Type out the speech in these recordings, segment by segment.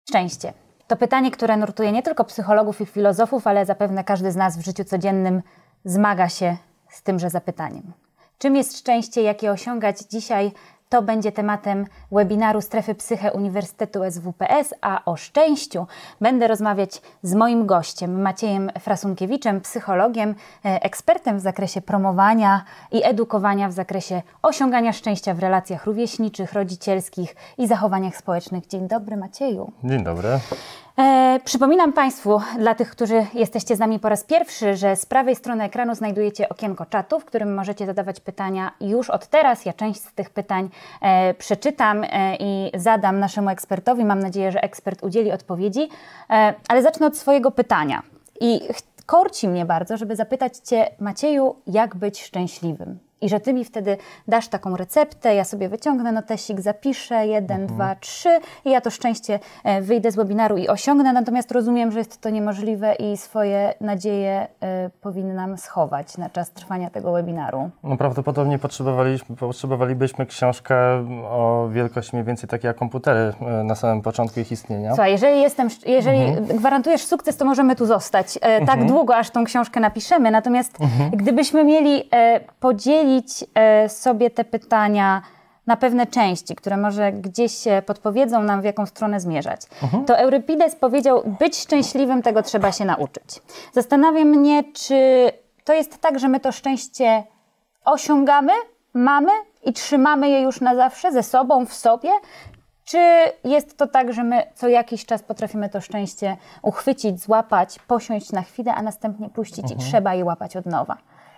Szczęście. To pytanie, które nurtuje nie tylko psychologów i filozofów, ale zapewne każdy z nas w życiu codziennym zmaga się z tymże zapytaniem. Czym jest szczęście, jak je osiągać dzisiaj? To będzie tematem webinaru Strefy Psyche Uniwersytetu SWPS, a o szczęściu będę rozmawiać z moim gościem, Maciejem Frasunkiewiczem, psychologiem, ekspertem w zakresie promowania i edukowania w zakresie osiągania szczęścia w relacjach rówieśniczych, rodzicielskich i zachowaniach społecznych. Dzień dobry, Macieju. Dzień dobry. Przypominam Państwu, dla tych, którzy jesteście z nami po raz pierwszy, że z prawej strony ekranu znajdujecie okienko czatu, w którym możecie zadawać pytania już od teraz. Ja część z tych pytań przeczytam i zadam naszemu ekspertowi. Mam nadzieję, że ekspert udzieli odpowiedzi, ale zacznę od swojego pytania. I korci mnie bardzo, żeby zapytać Cię, Macieju, jak być szczęśliwym? I że Ty mi wtedy dasz taką receptę, ja sobie wyciągnę notesik, zapiszę 1, 2, 3 i ja to szczęście wyjdę z webinaru i osiągnę. Natomiast rozumiem, że jest to niemożliwe i swoje nadzieje powinnam schować na czas trwania tego webinaru. No, prawdopodobnie potrzebowalibyśmy książkę o wielkości mniej więcej takiej jak komputery na samym początku ich istnienia. Słuchaj, jeżeli gwarantujesz sukces, to możemy tu zostać tak długo, aż tą książkę napiszemy. Natomiast gdybyśmy mieli podzielić sobie te pytania na pewne części, które może gdzieś podpowiedzą nam, w jaką stronę zmierzać. To Eurypides powiedział, być szczęśliwym tego trzeba się nauczyć. Zastanawia mnie, czy to jest tak, że my to szczęście osiągamy, mamy i trzymamy je już na zawsze ze sobą, w sobie, czy jest to tak, że my co jakiś czas potrafimy to szczęście uchwycić, złapać, posiąść na chwilę, a następnie puścić i trzeba je łapać od nowa?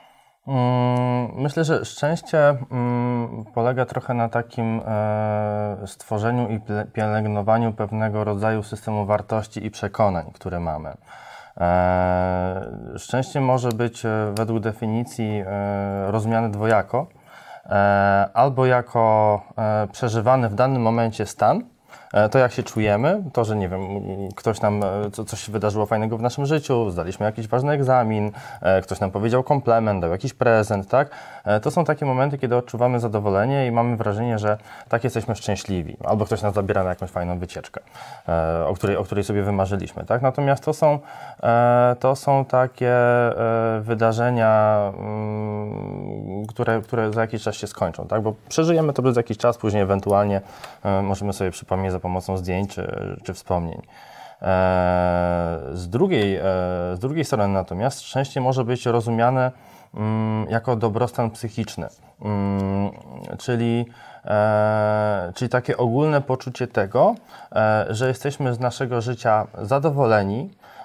Myślę, że szczęście polega trochę na takim stworzeniu i pielęgnowaniu pewnego rodzaju systemu wartości i przekonań, które mamy. Szczęście może być według definicji rozumiane dwojako, albo jako przeżywany w danym momencie stan, to jak się czujemy, to, że nie wiem, ktoś nam, coś się wydarzyło fajnego w naszym życiu, zdaliśmy jakiś ważny egzamin, ktoś nam powiedział komplement, dał jakiś prezent, tak? To są takie momenty, kiedy odczuwamy zadowolenie i mamy wrażenie, że tak jesteśmy szczęśliwi. Albo ktoś nas zabiera na jakąś fajną wycieczkę, o której sobie wymarzyliśmy, tak? Natomiast to są takie wydarzenia, które za jakiś czas się skończą, tak? Bo przeżyjemy to przez jakiś czas, później ewentualnie możemy sobie przypomnieć za pomocą zdjęć czy wspomnień. Z drugiej strony natomiast szczęście może być rozumiane jako dobrostan psychiczny, czyli takie ogólne poczucie tego, że jesteśmy z naszego życia zadowoleni,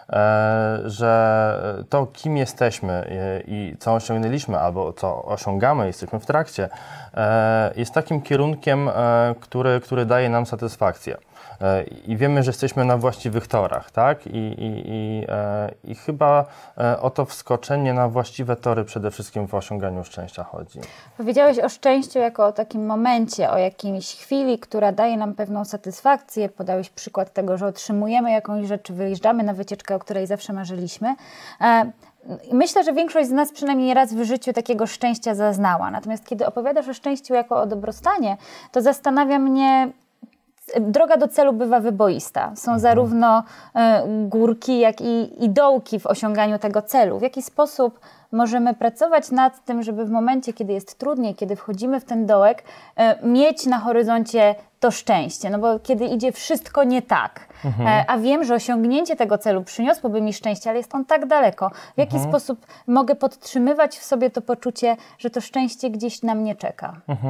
że to, kim jesteśmy i co osiągnęliśmy, albo co osiągamy, jesteśmy w trakcie, jest takim kierunkiem, który daje nam satysfakcję. I wiemy, że jesteśmy na właściwych torach, tak? I chyba o to wskoczenie na właściwe tory przede wszystkim w osiąganiu szczęścia chodzi. Powiedziałeś o szczęściu jako o takim momencie, o jakiejś chwili, która daje nam pewną satysfakcję. Podałeś przykład tego, że otrzymujemy jakąś rzecz, wyjeżdżamy na wycieczkę, o której zawsze marzyliśmy. Myślę, że większość z nas przynajmniej raz w życiu takiego szczęścia zaznała. Natomiast kiedy opowiadasz o szczęściu jako o dobrostanie, to zastanawia mnie, droga do celu bywa wyboista. Są zarówno górki, jak i dołki w osiąganiu tego celu. W jaki sposób możemy pracować nad tym, żeby w momencie, kiedy jest trudniej, kiedy wchodzimy w ten dołek, mieć na horyzoncie to szczęście? No bo kiedy idzie wszystko nie tak, a wiem, że osiągnięcie tego celu przyniosłoby mi szczęście, ale jest on tak daleko. W jaki sposób mogę podtrzymywać w sobie to poczucie, że to szczęście gdzieś na mnie czeka?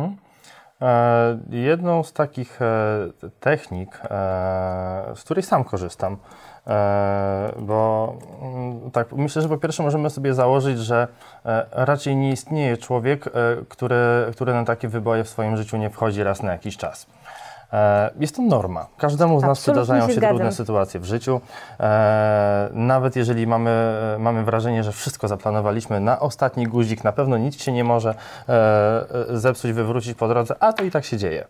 Jedną z takich technik, z której sam korzystam, bo tak, myślę, że po pierwsze możemy sobie założyć, że raczej nie istnieje człowiek, który na takie wyboje w swoim życiu nie wchodzi raz na jakiś czas. Jest to norma. Każdemu z nas przydarzają się trudne sytuacje w życiu. Nawet jeżeli mamy wrażenie, że wszystko zaplanowaliśmy na ostatni guzik, na pewno nic się nie może zepsuć, wywrócić po drodze, a to i tak się dzieje.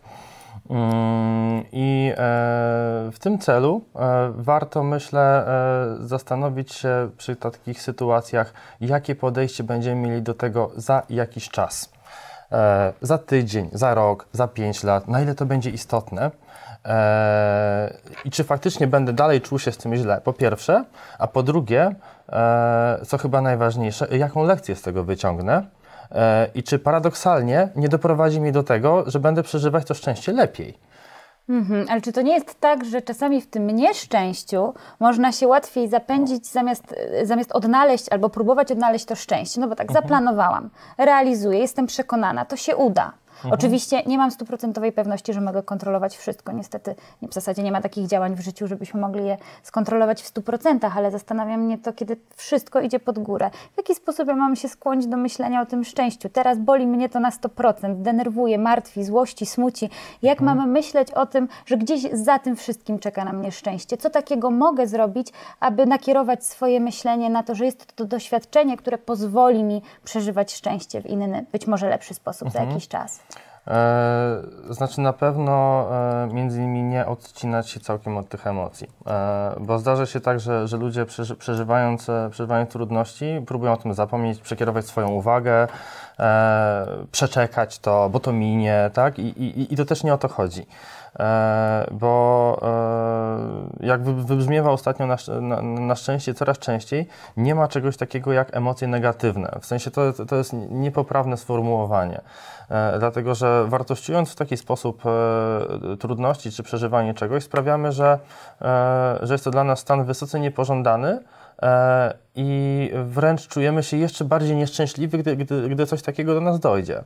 I w tym celu warto, myślę, zastanowić się przy takich sytuacjach, jakie podejście będziemy mieli do tego za jakiś czas. Za tydzień, za rok, za 5 lat, na ile to będzie istotne, I czy faktycznie będę dalej czuł się z tym źle, po pierwsze, a po drugie, co chyba najważniejsze, jaką lekcję z tego wyciągnę i czy paradoksalnie nie doprowadzi mnie do tego, że będę przeżywać to szczęście lepiej. Ale czy to nie jest tak, że czasami w tym nieszczęściu można się łatwiej zapędzić zamiast odnaleźć albo próbować odnaleźć to szczęście? No bo tak, zaplanowałam, realizuję, jestem przekonana, to się uda. Oczywiście nie mam 100% pewności, że mogę kontrolować wszystko. Niestety w zasadzie nie ma takich działań w życiu, żebyśmy mogli je skontrolować w 100%, ale zastanawia mnie to, kiedy wszystko idzie pod górę. W jaki sposób ja mam się skłonić do myślenia o tym szczęściu? Teraz boli mnie to na 100%, denerwuje, martwi, złości, smuci. Jak mam myśleć o tym, że gdzieś za tym wszystkim czeka na mnie szczęście? Co takiego mogę zrobić, aby nakierować swoje myślenie na to, że jest to doświadczenie, które pozwoli mi przeżywać szczęście w inny, być może lepszy sposób za jakiś czas? Znaczy na pewno między innymi nie odcinać się całkiem od tych emocji, bo zdarza się tak, że ludzie przeżywając trudności próbują o tym zapomnieć, przekierować swoją uwagę, przeczekać to, bo to minie, tak? I to też nie o to chodzi. Bo jak wybrzmiewa ostatnio na szczęście coraz częściej, nie ma czegoś takiego jak emocje negatywne. W sensie to jest niepoprawne sformułowanie. Dlatego, że wartościując w taki sposób trudności czy przeżywanie czegoś, sprawiamy, że jest to dla nas stan wysoce niepożądany i wręcz czujemy się jeszcze bardziej nieszczęśliwi, gdy coś takiego do nas dojdzie.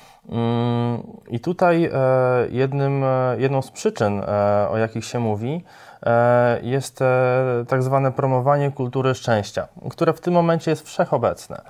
I tutaj jedną z przyczyn, o jakich się mówi, jest tak zwane promowanie kultury szczęścia, które w tym momencie jest wszechobecne.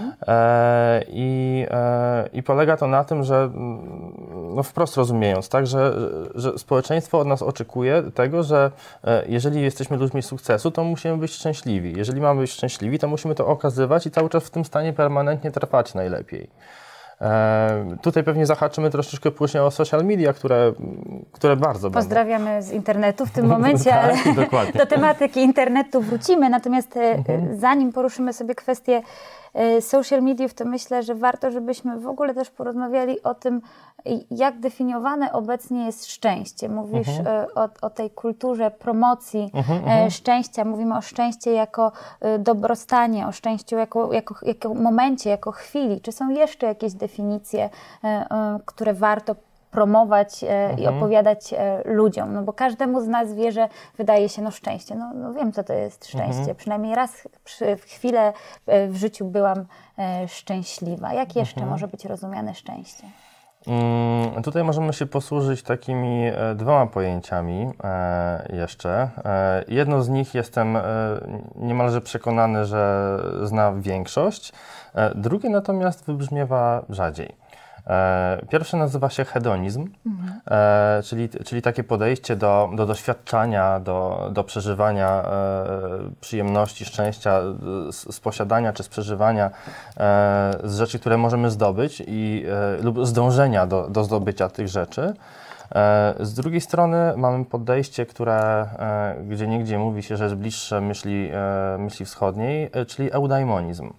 I polega to na tym, że no wprost rozumiejąc, tak, że społeczeństwo od nas oczekuje tego, że jeżeli jesteśmy ludźmi sukcesu, to musimy być szczęśliwi. Jeżeli mamy być szczęśliwi, to musimy to okazywać i cały czas w tym stanie permanentnie trwać najlepiej. Tutaj pewnie zahaczymy troszeczkę później o social media, które bardzo Pozdrawiamy z internetu w tym momencie, ale do tematyki internetu wrócimy. Natomiast zanim poruszymy sobie kwestię social mediów, to myślę, że warto, żebyśmy w ogóle też porozmawiali o tym, jak definiowane obecnie jest szczęście. Mówisz o tej kulturze promocji szczęścia. Mówimy o szczęście jako dobrostanie, o szczęściu jako momencie, jako chwili. Czy są jeszcze jakieś definicje, które warto promować i opowiadać ludziom? No bo każdemu z nas wie, że wydaje się, szczęście. No wiem, co to jest szczęście. Przynajmniej raz w chwilę w życiu byłam szczęśliwa. Jak jeszcze może być rozumiane szczęście? Tutaj możemy się posłużyć takimi dwoma pojęciami jeszcze. Jedno z nich jestem niemalże przekonany, że zna większość. Drugie natomiast wybrzmiewa rzadziej. Pierwsze nazywa się hedonizm, czyli takie podejście do doświadczania, do przeżywania przyjemności, szczęścia, z posiadania czy z przeżywania z rzeczy, które możemy zdobyć lub z dążenia do zdobycia tych rzeczy. Z drugiej strony mamy podejście, gdzie niegdzie mówi się, że jest bliższe myśli wschodniej, czyli eudaimonizm.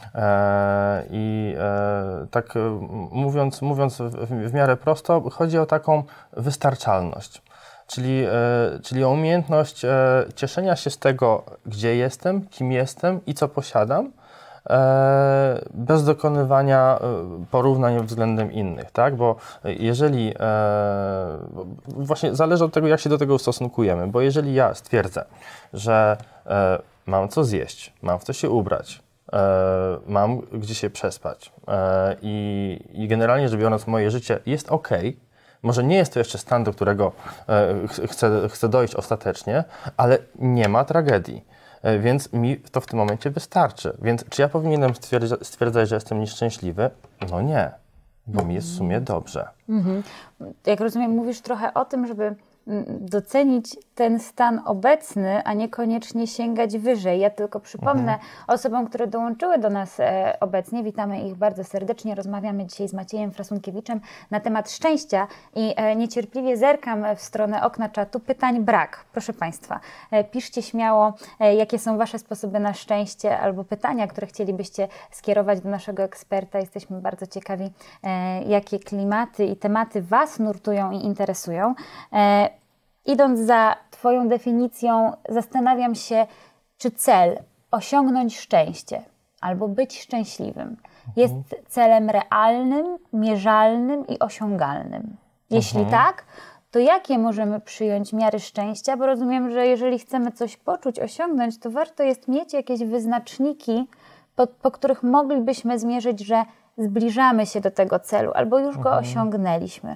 Tak mówiąc w miarę prosto, chodzi o taką wystarczalność, czyli o umiejętność cieszenia się z tego, gdzie jestem, kim jestem i co posiadam, bez dokonywania porównań względem innych, tak? Bo jeżeli, właśnie zależy od tego, jak się do tego ustosunkujemy, bo jeżeli ja stwierdzę, że mam co zjeść, mam w co się ubrać, mam gdzie się przespać i generalnie rzecz biorąc moje życie jest ok, może nie jest to jeszcze stan, do którego chcę dojść ostatecznie, ale nie ma tragedii, więc mi to w tym momencie wystarczy. Więc czy ja powinienem stwierdzać, że jestem nieszczęśliwy? No nie, bo mi jest w sumie dobrze. Jak rozumiem, mówisz trochę o tym, żeby docenić ten stan obecny, a niekoniecznie sięgać wyżej. Ja tylko przypomnę osobom, które dołączyły do nas obecnie, witamy ich bardzo serdecznie, rozmawiamy dzisiaj z Maciejem Frasunkiewiczem na temat szczęścia i niecierpliwie zerkam w stronę okna czatu. Pytań brak. Proszę Państwa, piszcie śmiało, jakie są Wasze sposoby na szczęście albo pytania, które chcielibyście skierować do naszego eksperta. Jesteśmy bardzo ciekawi, jakie klimaty i tematy Was nurtują i interesują. idąc za Twoją definicją, zastanawiam się, czy cel osiągnąć szczęście albo być szczęśliwym jest celem realnym, mierzalnym i osiągalnym. Jeśli tak, to jakie możemy przyjąć miary szczęścia? Bo rozumiem, że jeżeli chcemy coś poczuć, osiągnąć, to warto jest mieć jakieś wyznaczniki, po których moglibyśmy zmierzyć, że zbliżamy się do tego celu albo już go osiągnęliśmy.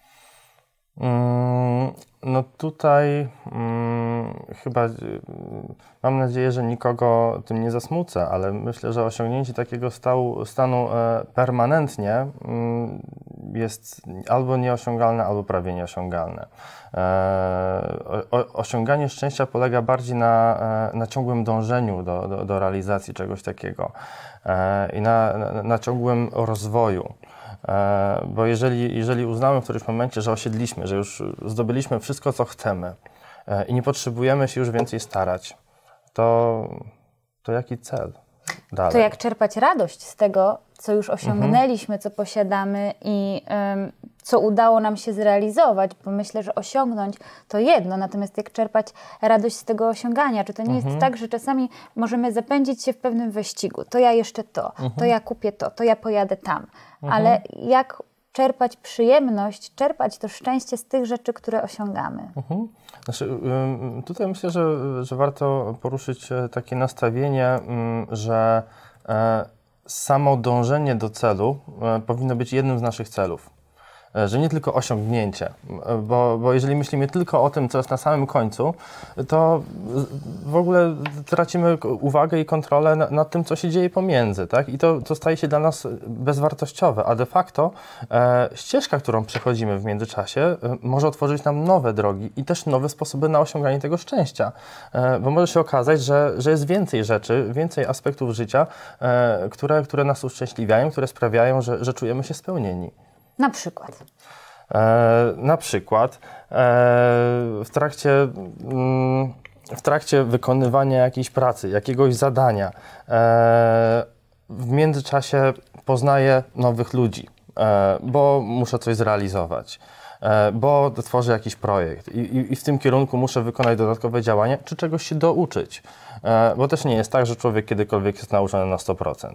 No tutaj chyba mam nadzieję, że nikogo tym nie zasmucę, ale myślę, że osiągnięcie takiego stanu permanentnie jest albo nieosiągalne, albo prawie nieosiągalne. Osiąganie szczęścia polega bardziej na ciągłym dążeniu do realizacji czegoś takiego i na ciągłym rozwoju. Bo jeżeli uznamy w którymś momencie, że osiedliśmy, że już zdobyliśmy wszystko, co chcemy i nie potrzebujemy się już więcej starać, to jaki cel dalej? To jak czerpać radość z tego, co już osiągnęliśmy, co posiadamy i co udało nam się zrealizować, bo myślę, że osiągnąć to jedno, natomiast jak czerpać radość z tego osiągania, czy to nie jest tak, że czasami możemy zapędzić się w pewnym wyścigu, to ja jeszcze to ja kupię to ja pojadę tam, ale jak czerpać przyjemność, czerpać to szczęście z tych rzeczy, które osiągamy. Znaczy, tutaj myślę, że warto poruszyć takie nastawienie, że samo dążenie do celu powinno być jednym z naszych celów. Że nie tylko osiągnięcie, bo jeżeli myślimy tylko o tym, co jest na samym końcu, to w ogóle tracimy uwagę i kontrolę nad tym, co się dzieje pomiędzy, tak? I to staje się dla nas bezwartościowe, a de facto ścieżka, którą przechodzimy w międzyczasie, może otworzyć nam nowe drogi i też nowe sposoby na osiąganie tego szczęścia, bo może się okazać, że jest więcej rzeczy, więcej aspektów życia, które nas uszczęśliwiają, które sprawiają, że czujemy się spełnieni. Na przykład? W trakcie wykonywania jakiejś pracy, jakiegoś zadania, w międzyczasie poznaję nowych ludzi, bo muszę coś zrealizować, bo tworzę jakiś projekt i w tym kierunku muszę wykonać dodatkowe działania, czy czegoś się douczyć. Bo też nie jest tak, że człowiek kiedykolwiek jest nauczony na 100%.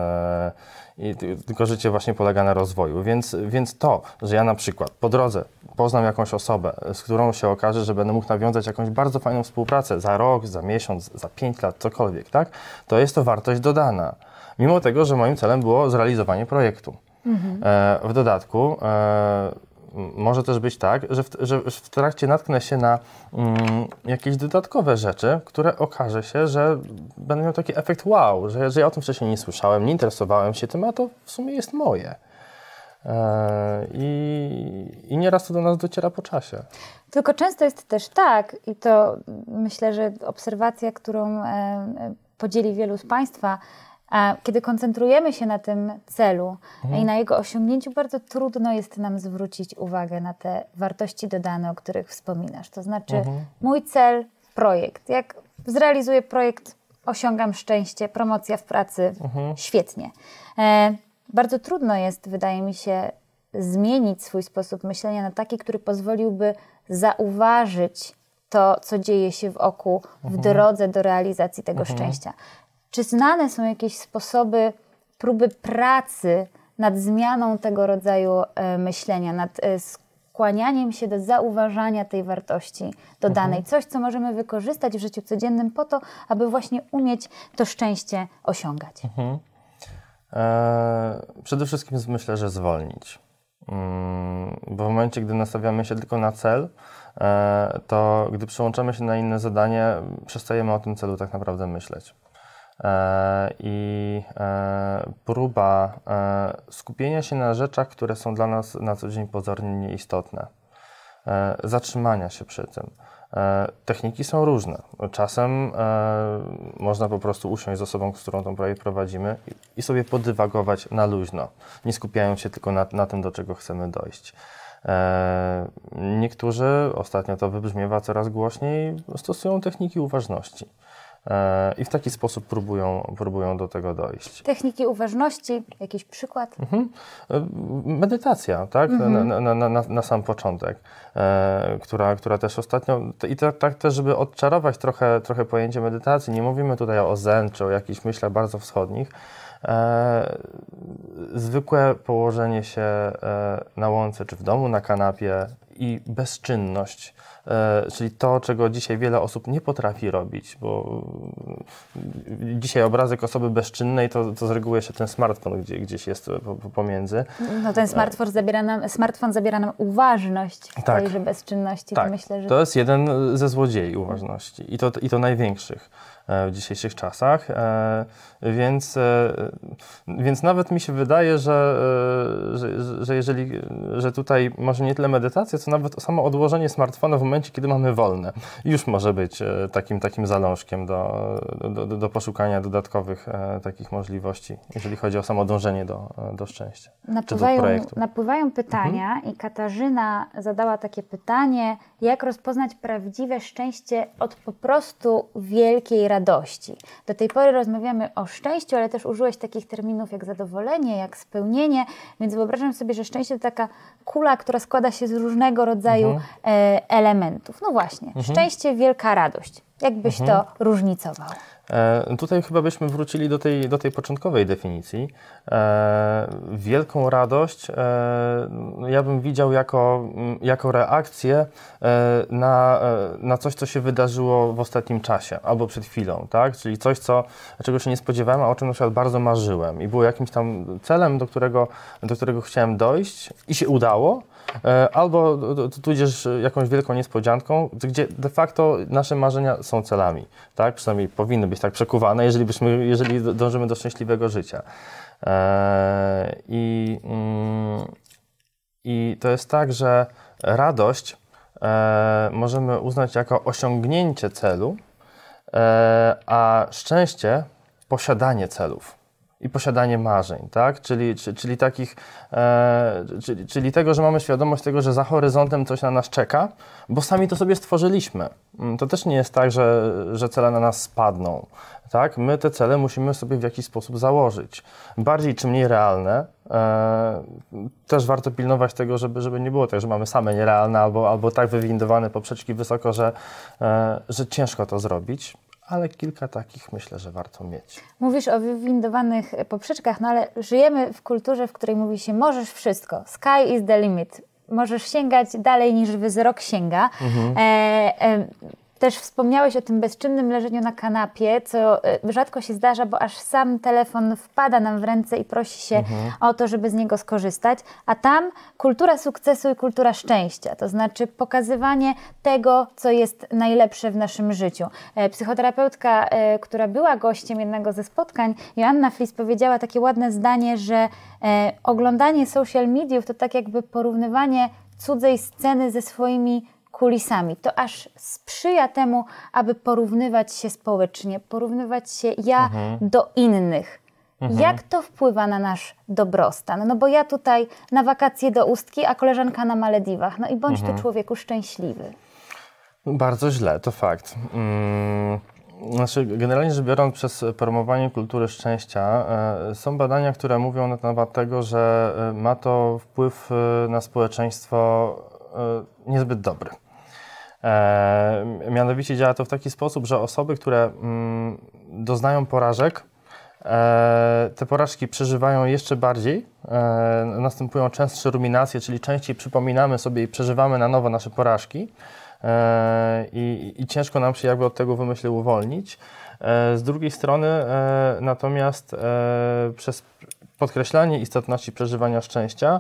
Tylko życie właśnie polega na rozwoju. Więc to, że ja na przykład po drodze poznam jakąś osobę, z którą się okaże, że będę mógł nawiązać jakąś bardzo fajną współpracę za rok, za miesiąc, za 5 lat, cokolwiek, tak? To jest to wartość dodana. Mimo tego, że moim celem było zrealizowanie projektu. W dodatku może też być tak, że w trakcie natknę się na jakieś dodatkowe rzeczy, które okaże się, że będę miał taki efekt wow, że ja o tym wcześniej nie słyszałem, nie interesowałem się tym, a to w sumie jest moje. I nieraz to do nas dociera po czasie. Tylko często jest też tak, i to myślę, że obserwacja, którą podzieli wielu z Państwa, kiedy koncentrujemy się na tym celu i na jego osiągnięciu, bardzo trudno jest nam zwrócić uwagę na te wartości dodane, o których wspominasz. To znaczy mój cel, projekt. Jak zrealizuję projekt, osiągam szczęście, promocja w pracy, świetnie. Bardzo trudno jest, wydaje mi się, zmienić swój sposób myślenia na taki, który pozwoliłby zauważyć to, co dzieje się wokół w drodze do realizacji tego szczęścia. Czy znane są jakieś sposoby, próby pracy nad zmianą tego rodzaju myślenia, nad skłanianiem się do zauważania tej wartości dodanej? Coś, co możemy wykorzystać w życiu codziennym po to, aby właśnie umieć to szczęście osiągać? Przede wszystkim myślę, że zwolnić. Bo w momencie, gdy nastawiamy się tylko na cel, to gdy przełączamy się na inne zadanie, przestajemy o tym celu tak naprawdę myśleć. Próba skupienia się na rzeczach, które są dla nas na co dzień pozornie nieistotne. Zatrzymania się przy tym. Techniki są różne. Czasem można po prostu usiąść z osobą, z którą ten projekt prowadzimy i sobie podywagować na luźno, nie skupiając się tylko na tym, do czego chcemy dojść. Niektórzy, ostatnio to wybrzmiewa coraz głośniej, stosują techniki uważności. I w taki sposób próbują do tego dojść. Techniki uważności, jakiś przykład? Medytacja, tak? Na sam początek, która też ostatnio, i tak też, żeby odczarować trochę pojęcie medytacji, nie mówimy tutaj o zen, czy o jakichś myślach bardzo wschodnich, zwykłe położenie się na łące, czy w domu, na kanapie i bezczynność, czyli to, czego dzisiaj wiele osób nie potrafi robić, bo dzisiaj obrazek osoby bezczynnej to z reguły jeszcze ten smartfon gdzieś jest pomiędzy. No ten smartfon zabiera nam uważność w tejże bezczynności. Tak, to myślę, że... to jest jeden ze złodziei uważności i to największych w dzisiejszych czasach, więc nawet mi się wydaje, że tutaj może nie tyle medytacja, co nawet samo odłożenie smartfona w momencie, kiedy mamy wolne, już może być takim zalążkiem do poszukania dodatkowych takich możliwości, jeżeli chodzi o samo dążenie do szczęścia. Napływają pytania i Katarzyna zadała takie pytanie, jak rozpoznać prawdziwe szczęście od po prostu wielkiej radości. Do tej pory rozmawiamy o szczęściu, ale też użyłeś takich terminów jak zadowolenie, jak spełnienie, więc wyobrażam sobie, że szczęście to taka kula, która składa się z różnego rodzaju elementów. No właśnie, szczęście, wielka radość. Jak byś to różnicował? Tutaj chyba byśmy wrócili do tej początkowej definicji. Wielką radość ja bym widział jako reakcję na coś, co się wydarzyło w ostatnim czasie albo przed chwilą, tak? Czyli coś, czego się nie spodziewałem, a o czym na przykład bardzo marzyłem i było jakimś tam celem, do którego chciałem dojść i się udało. Albo tudzież jakąś wielką niespodzianką, gdzie de facto nasze marzenia są celami, tak? Przynajmniej powinny być tak przekuwane, jeżeli dążymy do szczęśliwego życia. I to jest tak, że radość możemy uznać jako osiągnięcie celu, a szczęście posiadanie celów i posiadanie marzeń, tak? Czyli tego, że mamy świadomość tego, że za horyzontem coś na nas czeka, bo sami to sobie stworzyliśmy. To też nie jest tak, że cele na nas spadną, tak? My te cele musimy sobie w jakiś sposób założyć. Bardziej czy mniej realne. Też warto pilnować tego, żeby nie było tak, że mamy same nierealne albo tak wywindowane poprzeczki wysoko, że ciężko to zrobić. Ale kilka takich myślę, że warto mieć. Mówisz o wywindowanych poprzeczkach, no ale żyjemy w kulturze, w której mówi się możesz wszystko, sky is the limit, możesz sięgać dalej niż wzrok sięga. Też wspomniałeś o tym bezczynnym leżeniu na kanapie, co rzadko się zdarza, bo aż sam telefon wpada nam w ręce i prosi się o to, żeby z niego skorzystać. A tam kultura sukcesu i kultura szczęścia, to znaczy pokazywanie tego, co jest najlepsze w naszym życiu. Psychoterapeutka, która była gościem jednego ze spotkań, Joanna Flis, powiedziała takie ładne zdanie, że oglądanie social mediów to tak jakby porównywanie cudzej sceny ze swoimi kulisami. To aż sprzyja temu, aby porównywać się społecznie, porównywać się do innych. Jak to wpływa na nasz dobrostan? No bo ja tutaj na wakacje do Ustki, a koleżanka na Malediwach. No i bądź tu człowieku szczęśliwy. Bardzo źle, to fakt. Znaczy, generalnie rzecz biorąc, przez promowanie kultury szczęścia są badania, które mówią na temat tego, że ma to wpływ na społeczeństwo niezbyt dobry. Mianowicie działa to w taki sposób, że osoby, które doznają porażek, te porażki przeżywają jeszcze bardziej, następują częstsze ruminacje, czyli częściej przypominamy sobie i przeżywamy na nowo nasze porażki i ciężko nam się jakby od tego wymysłu uwolnić. Z drugiej strony natomiast przez podkreślanie istotności przeżywania szczęścia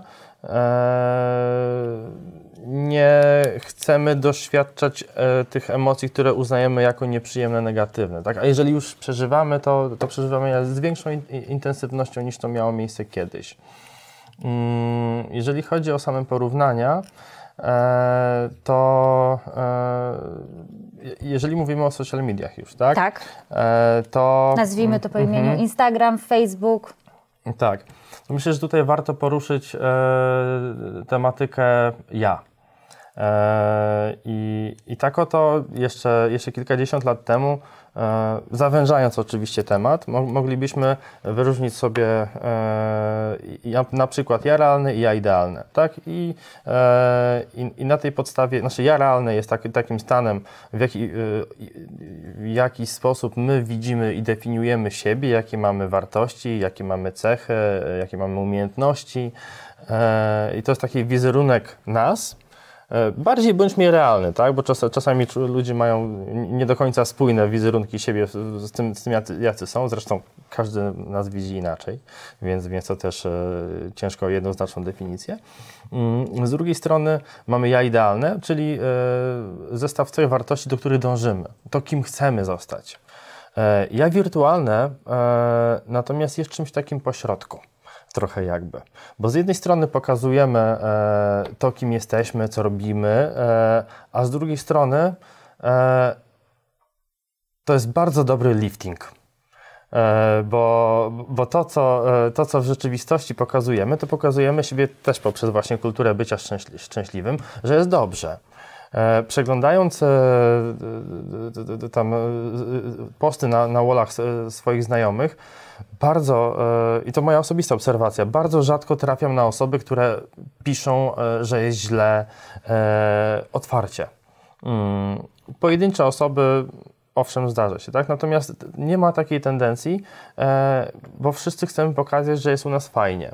nie chcemy doświadczać tych emocji, które uznajemy jako nieprzyjemne, negatywne. Tak? A jeżeli już przeżywamy, to przeżywamy je z większą intensywnością niż to miało miejsce kiedyś. Jeżeli chodzi o same porównania, to jeżeli mówimy o social mediach już, tak? Tak. To nazwijmy to po imieniu Instagram, Facebook. Tak. Myślę, że tutaj warto poruszyć tematykę ja. I tak oto jeszcze kilkadziesiąt lat temu, zawężając oczywiście temat, moglibyśmy wyróżnić sobie na przykład ja realny i ja idealny. Tak? I na tej podstawie, znaczy ja realny jest takim stanem, w jaki sposób my widzimy i definiujemy siebie, jakie mamy wartości, jakie mamy cechy, jakie mamy umiejętności. I to jest taki wizerunek nas, bardziej bądź mniej realny, tak? Bo czasami ludzie mają nie do końca spójne wizerunki siebie z tym jacy są. Zresztą każdy nas widzi inaczej, więc to też ciężko o jednoznaczną definicję. Z drugiej strony mamy ja idealne, czyli zestaw tych wartości, do których dążymy, to kim chcemy zostać. Ja wirtualne natomiast jest czymś takim pośrodku. Trochę jakby. Bo z jednej strony pokazujemy to, kim jesteśmy, co robimy, a z drugiej strony to jest bardzo dobry lifting. Bo to, co w rzeczywistości pokazujemy, to pokazujemy siebie też poprzez właśnie kulturę bycia szczęśliwym, że jest dobrze. Przeglądając tam posty na wallach swoich znajomych, bardzo, i to moja osobista obserwacja, bardzo rzadko trafiam na osoby, które piszą, że jest źle otwarcie. Pojedyncze osoby, owszem, zdarza się, tak? Natomiast nie ma takiej tendencji, bo wszyscy chcemy pokazać, że jest u nas fajnie.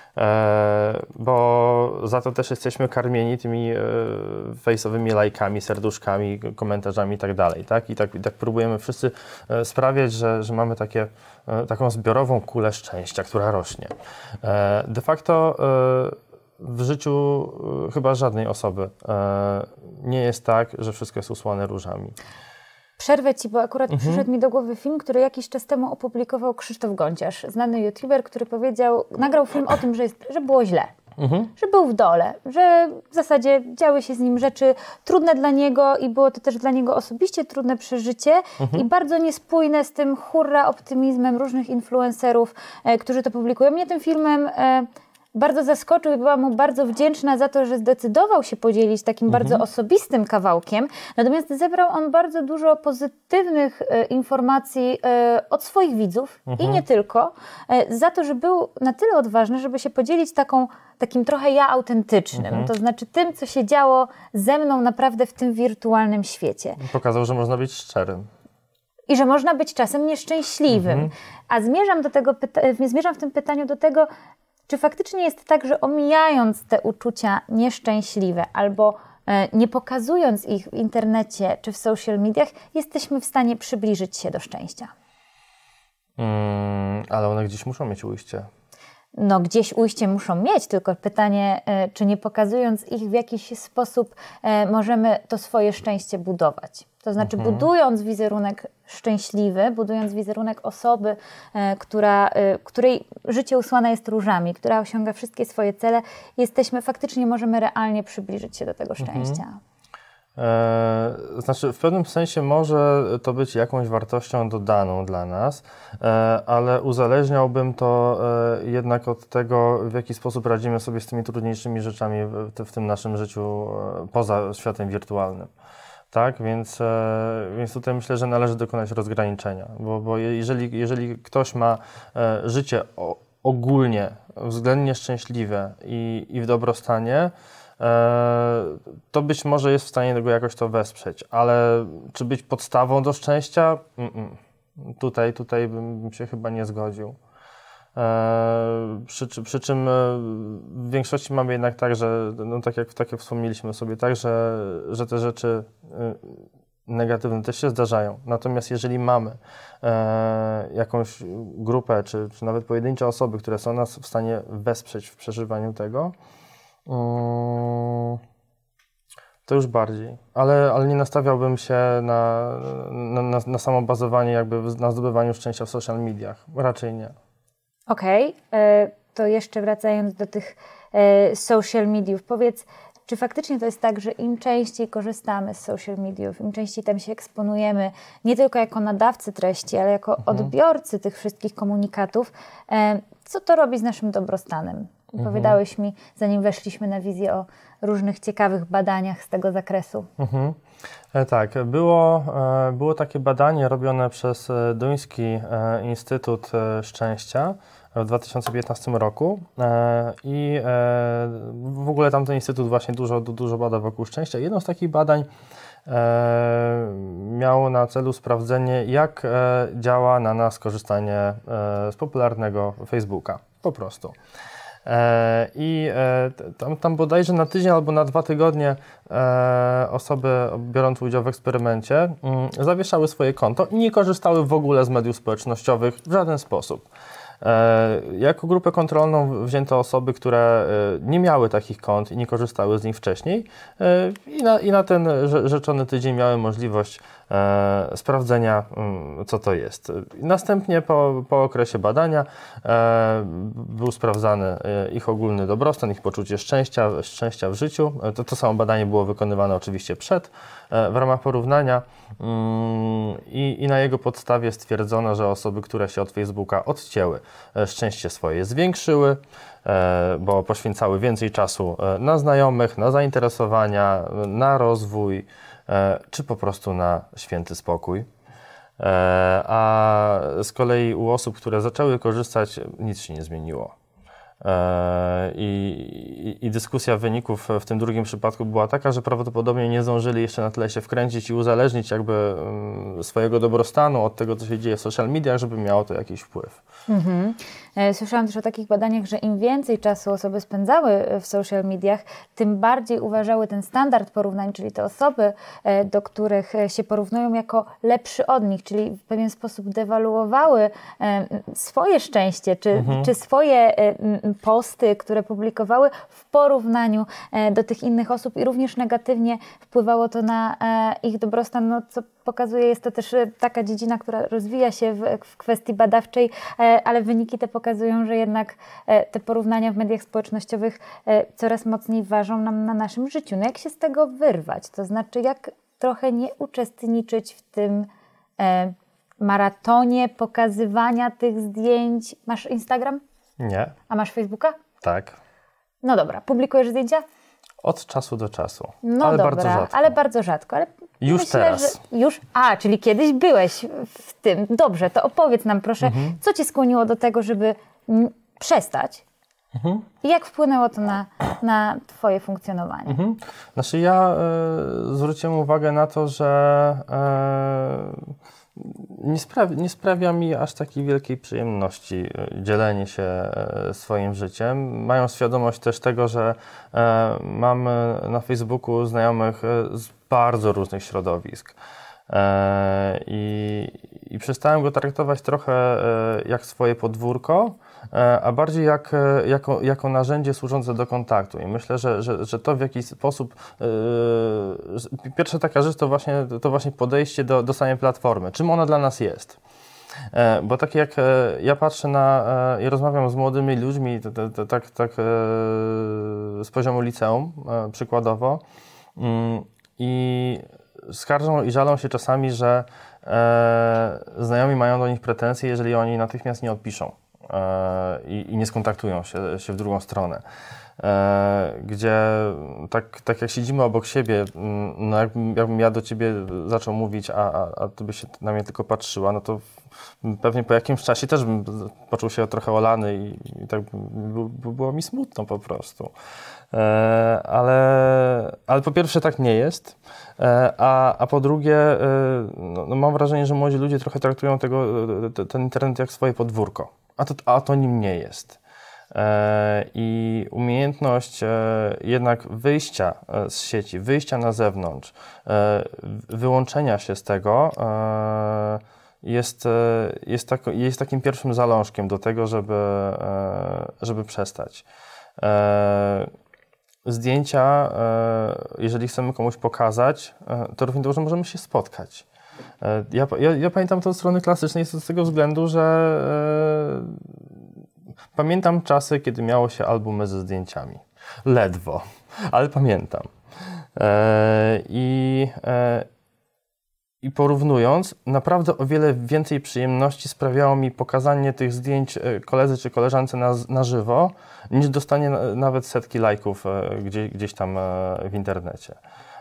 Bo za to też jesteśmy karmieni tymi face'owymi lajkami, serduszkami, komentarzami i tak dalej, tak? I tak próbujemy wszyscy sprawiać, że mamy taką zbiorową kulę szczęścia, która rośnie. De facto w życiu chyba żadnej osoby nie jest tak, że wszystko jest usłane różami. Przerwę Ci, bo akurat przyszedł mi do głowy film, który jakiś czas temu opublikował Krzysztof Gonciarz, znany youtuber, który nagrał film o tym, że było źle, że był w dole, że w zasadzie działy się z nim rzeczy trudne dla niego i było to też dla niego osobiście trudne przeżycie i bardzo niespójne z tym hurra optymizmem różnych influencerów, którzy to publikują. Mnie tym filmem bardzo zaskoczył i byłam mu bardzo wdzięczna za to, że zdecydował się podzielić takim bardzo osobistym kawałkiem. Natomiast zebrał on bardzo dużo pozytywnych informacji od swoich widzów i nie tylko, za to, że był na tyle odważny, żeby się podzielić takim trochę ja autentycznym. To znaczy tym, co się działo ze mną naprawdę w tym wirtualnym świecie. Pokazał, że można być szczerym. I że można być czasem nieszczęśliwym. A zmierzam w tym pytaniu do tego, czy faktycznie jest tak, że omijając te uczucia nieszczęśliwe albo nie pokazując ich w internecie czy w social mediach, jesteśmy w stanie przybliżyć się do szczęścia? Ale one gdzieś muszą mieć ujście. No gdzieś ujście muszą mieć, tylko pytanie, czy nie pokazując ich w jakiś sposób możemy to swoje szczęście budować. To znaczy budując wizerunek szczęśliwy, budując wizerunek osoby, której życie usłane jest różami, która osiąga wszystkie swoje cele, faktycznie możemy realnie przybliżyć się do tego szczęścia. Znaczy w pewnym sensie może to być jakąś wartością dodaną dla nas, ale uzależniałbym to jednak od tego, w jaki sposób radzimy sobie z tymi trudniejszymi rzeczami w tym naszym życiu poza światem wirtualnym. Tak, więc tutaj myślę, że należy dokonać rozgraniczenia, bo jeżeli ktoś ma życie ogólnie względnie szczęśliwe i w dobrostanie, to być może jest w stanie go jakoś to wesprzeć, ale czy być podstawą do szczęścia? Tutaj bym się chyba nie zgodził. Przy czym w większości mamy jednak tak, że no tak jak wspomnieliśmy sobie, tak, że te rzeczy negatywne też się zdarzają. Natomiast jeżeli mamy jakąś grupę, czy nawet pojedyncze osoby, które są nas w stanie wesprzeć w przeżywaniu tego, to już bardziej. Ale nie nastawiałbym się na samo bazowanie jakby na zdobywaniu szczęścia w social mediach. Raczej nie. Okej, to jeszcze wracając do tych social mediów, powiedz, czy faktycznie to jest tak, że im częściej korzystamy z social mediów, im częściej tam się eksponujemy, nie tylko jako nadawcy treści, ale jako odbiorcy tych wszystkich komunikatów, co to robi z naszym dobrostanem? Opowiadałeś mi, zanim weszliśmy na wizję, o różnych ciekawych badaniach z tego zakresu. Tak, było takie badanie robione przez Duński Instytut Szczęścia w 2015 roku i w ogóle tamten instytut właśnie dużo bada wokół szczęścia. Jedno z takich badań miało na celu sprawdzenie, jak działa na nas korzystanie z popularnego Facebooka, po prostu. I tam bodajże na tydzień albo na 2 tygodnie osoby biorące udział w eksperymencie zawieszały swoje konto i nie korzystały w ogóle z mediów społecznościowych w żaden sposób. Jako grupę kontrolną wzięto osoby, które nie miały takich kont i nie korzystały z nich wcześniej i na ten rzeczony tydzień miały możliwość sprawdzenia, co to jest. Następnie po okresie badania był sprawdzany ich ogólny dobrostan, ich poczucie szczęścia w życiu. To samo badanie było wykonywane oczywiście w ramach porównania i na jego podstawie stwierdzono, że osoby, które się od Facebooka odcięły, szczęście swoje zwiększyły, bo poświęcały więcej czasu na znajomych, na zainteresowania, na rozwój, czy po prostu na święty spokój. A z kolei u osób, które zaczęły korzystać, nic się nie zmieniło. I dyskusja wyników w tym drugim przypadku była taka, że prawdopodobnie nie zdążyli jeszcze na tyle się wkręcić i uzależnić jakby swojego dobrostanu od tego, co się dzieje w social mediach, żeby miało to jakiś wpływ. Słyszałam też o takich badaniach, że im więcej czasu osoby spędzały w social mediach, tym bardziej uważały ten standard porównań, czyli te osoby, do których się porównują, jako lepszy od nich, czyli w pewien sposób dewaluowały swoje szczęście, czy swoje posty, które publikowały w porównaniu do tych innych osób, i również negatywnie wpływało to na ich dobrostan, no, co pokazuje, jest to też taka dziedzina, która rozwija się w kwestii badawczej, ale wyniki te pokazują, że jednak te porównania w mediach społecznościowych coraz mocniej ważą nam na naszym życiu. No jak się z tego wyrwać? To znaczy, jak trochę nie uczestniczyć w tym maratonie pokazywania tych zdjęć? Masz Instagram? Nie. A masz Facebooka? Tak. No dobra. Publikujesz zdjęcia? Od czasu do czasu. No ale dobra, bardzo rzadko. ale bardzo rzadko. Ale już myślę, teraz. Czyli kiedyś byłeś w tym. Dobrze, to opowiedz nam proszę, co Cię skłoniło do tego, żeby przestać? I jak wpłynęło to na Twoje funkcjonowanie? Znaczy ja zwróciłem uwagę na to, że nie sprawia mi aż takiej wielkiej przyjemności dzielenie się swoim życiem. Mają świadomość też tego, że mam na Facebooku znajomych z bardzo różnych środowisk. I przestałem go traktować trochę jak swoje podwórko, a bardziej jako narzędzie służące do kontaktu. I myślę, że to w jakiś sposób, pierwsza taka rzecz to właśnie podejście do samej platformy. Czym ona dla nas jest? Bo tak jak ja patrzę i rozmawiam z młodymi ludźmi, tak z poziomu liceum przykładowo, i skarżą i żalą się czasami, że znajomi mają do nich pretensje, jeżeli oni natychmiast nie odpiszą i nie skontaktują się w drugą stronę. Gdzie tak jak siedzimy obok siebie, no jakbym ja do Ciebie zaczął mówić, a Ty byś się na mnie tylko patrzyła, no to pewnie po jakimś czasie też bym poczuł się trochę olany i tak było mi smutno po prostu. Ale po pierwsze tak nie jest, a po drugie no mam wrażenie, że młodzi ludzie trochę traktują ten internet jak swoje podwórko, a to nim nie jest. I umiejętność jednak wyjścia z sieci, wyjścia na zewnątrz, wyłączenia się z tego jest takim pierwszym zalążkiem do tego, żeby przestać. Zdjęcia, jeżeli chcemy komuś pokazać, to równie dobrze możemy się spotkać. Ja pamiętam to od strony klasycznej z tego względu, że pamiętam czasy, kiedy miało się albumy ze zdjęciami. Ledwo, ale pamiętam. I I porównując, naprawdę o wiele więcej przyjemności sprawiało mi pokazanie tych zdjęć koledze czy koleżance na żywo, niż dostanie nawet setki lajków gdzieś tam w internecie.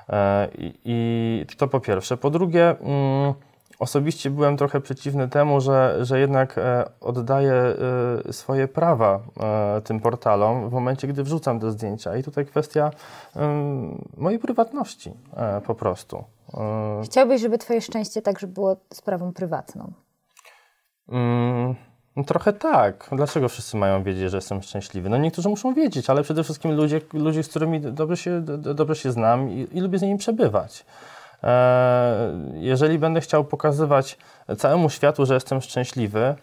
I to po pierwsze. Po drugie, osobiście byłem trochę przeciwny temu, że jednak oddaję swoje prawa tym portalom w momencie, gdy wrzucam te zdjęcia. I tutaj kwestia mojej prywatności po prostu. Chciałbyś, żeby twoje szczęście także było sprawą prywatną? No trochę tak. Dlaczego wszyscy mają wiedzieć, że jestem szczęśliwy? No niektórzy muszą wiedzieć, ale przede wszystkim ludzie z którymi dobrze się znam i lubię z nimi przebywać. Jeżeli będę chciał pokazywać całemu światu, że jestem szczęśliwy,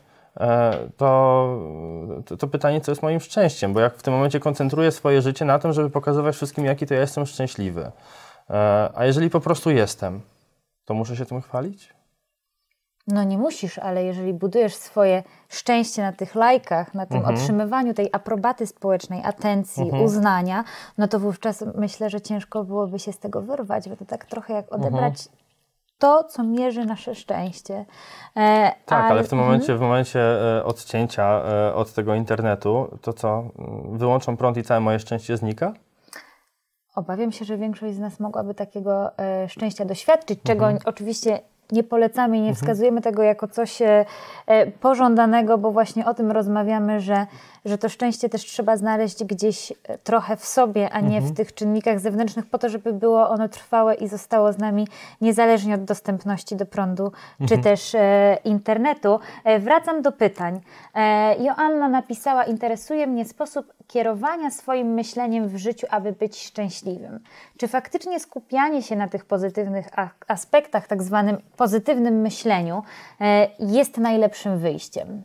to pytanie, co jest moim szczęściem, bo jak w tym momencie koncentruję swoje życie na tym, żeby pokazywać wszystkim, jaki to ja jestem szczęśliwy. A jeżeli po prostu jestem, to muszę się tym chwalić? No nie musisz, ale jeżeli budujesz swoje szczęście na tych lajkach, na tym otrzymywaniu tej aprobaty społecznej, atencji, uznania, no to wówczas myślę, że ciężko byłoby się z tego wyrwać, bo to tak trochę jak odebrać to, co mierzy nasze szczęście. Tak, ale w tym momencie, w momencie odcięcia od tego internetu, to co, wyłączam prąd i całe moje szczęście znika? Obawiam się, że większość z nas mogłaby takiego szczęścia doświadczyć, czego oczywiście nie polecamy i nie wskazujemy tego jako coś pożądanego, bo właśnie o tym rozmawiamy, że to szczęście też trzeba znaleźć gdzieś trochę w sobie, a nie w tych czynnikach zewnętrznych, po to, żeby było ono trwałe i zostało z nami niezależnie od dostępności do prądu czy też internetu. Wracam do pytań. Joanna napisała: interesuje mnie sposób kierowania swoim myśleniem w życiu, aby być szczęśliwym. Czy faktycznie skupianie się na tych pozytywnych aspektach, tak zwanym pozytywnym myśleniu, jest najlepszym wyjściem?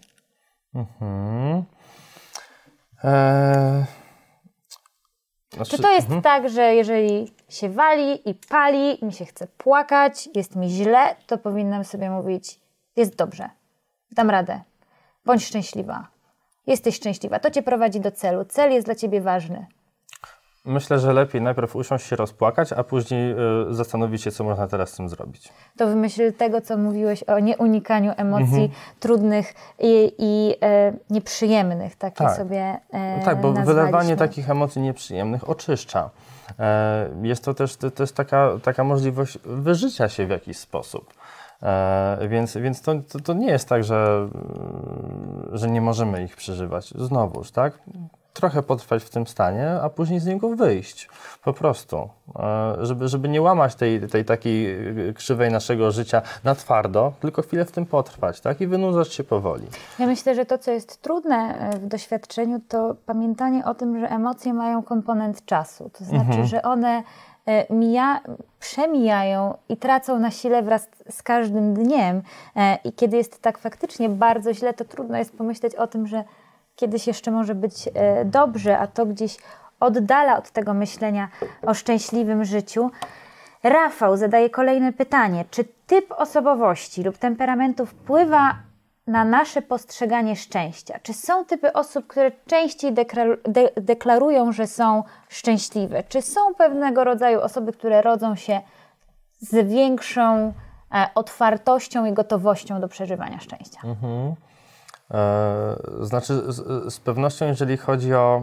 Czy to jest tak, że jeżeli się wali i pali, i mi się chce płakać, jest mi źle, to powinnam sobie mówić: jest dobrze, dam radę, bądź szczęśliwa, jesteś szczęśliwa, to cię prowadzi do celu, cel jest dla ciebie ważny. Myślę, że lepiej najpierw usiąść się rozpłakać, a później zastanowić się, co można teraz z tym zrobić. To w myśl tego, co mówiłeś o nieunikaniu emocji trudnych i nieprzyjemnych, takie sobie tak, bo nazwaliśmy. wylewanie takich emocji nieprzyjemnych oczyszcza. Jest to też taka możliwość wyżycia się w jakiś sposób. Więc to nie jest tak, że nie możemy ich przeżywać. Znowuż, tak? Trochę potrwać w tym stanie, a później z niego wyjść. Po prostu. Żeby nie łamać tej takiej krzywej naszego życia na twardo, tylko chwilę w tym potrwać, tak? I wynurzać się powoli. Ja myślę, że to, co jest trudne w doświadczeniu, to pamiętanie o tym, że emocje mają komponent czasu. To znaczy, że one przemijają i tracą na sile wraz z każdym dniem. I kiedy jest tak faktycznie bardzo źle, to trudno jest pomyśleć o tym, że kiedyś jeszcze może być dobrze, a to gdzieś oddala od tego myślenia o szczęśliwym życiu. Rafał zadaje kolejne pytanie. Czy typ osobowości lub temperamentu wpływa na nasze postrzeganie szczęścia? Czy są typy osób, które częściej deklarują, że są szczęśliwe? Czy są pewnego rodzaju osoby, które rodzą się z większą otwartością i gotowością do przeżywania szczęścia? Znaczy, z pewnością, jeżeli chodzi o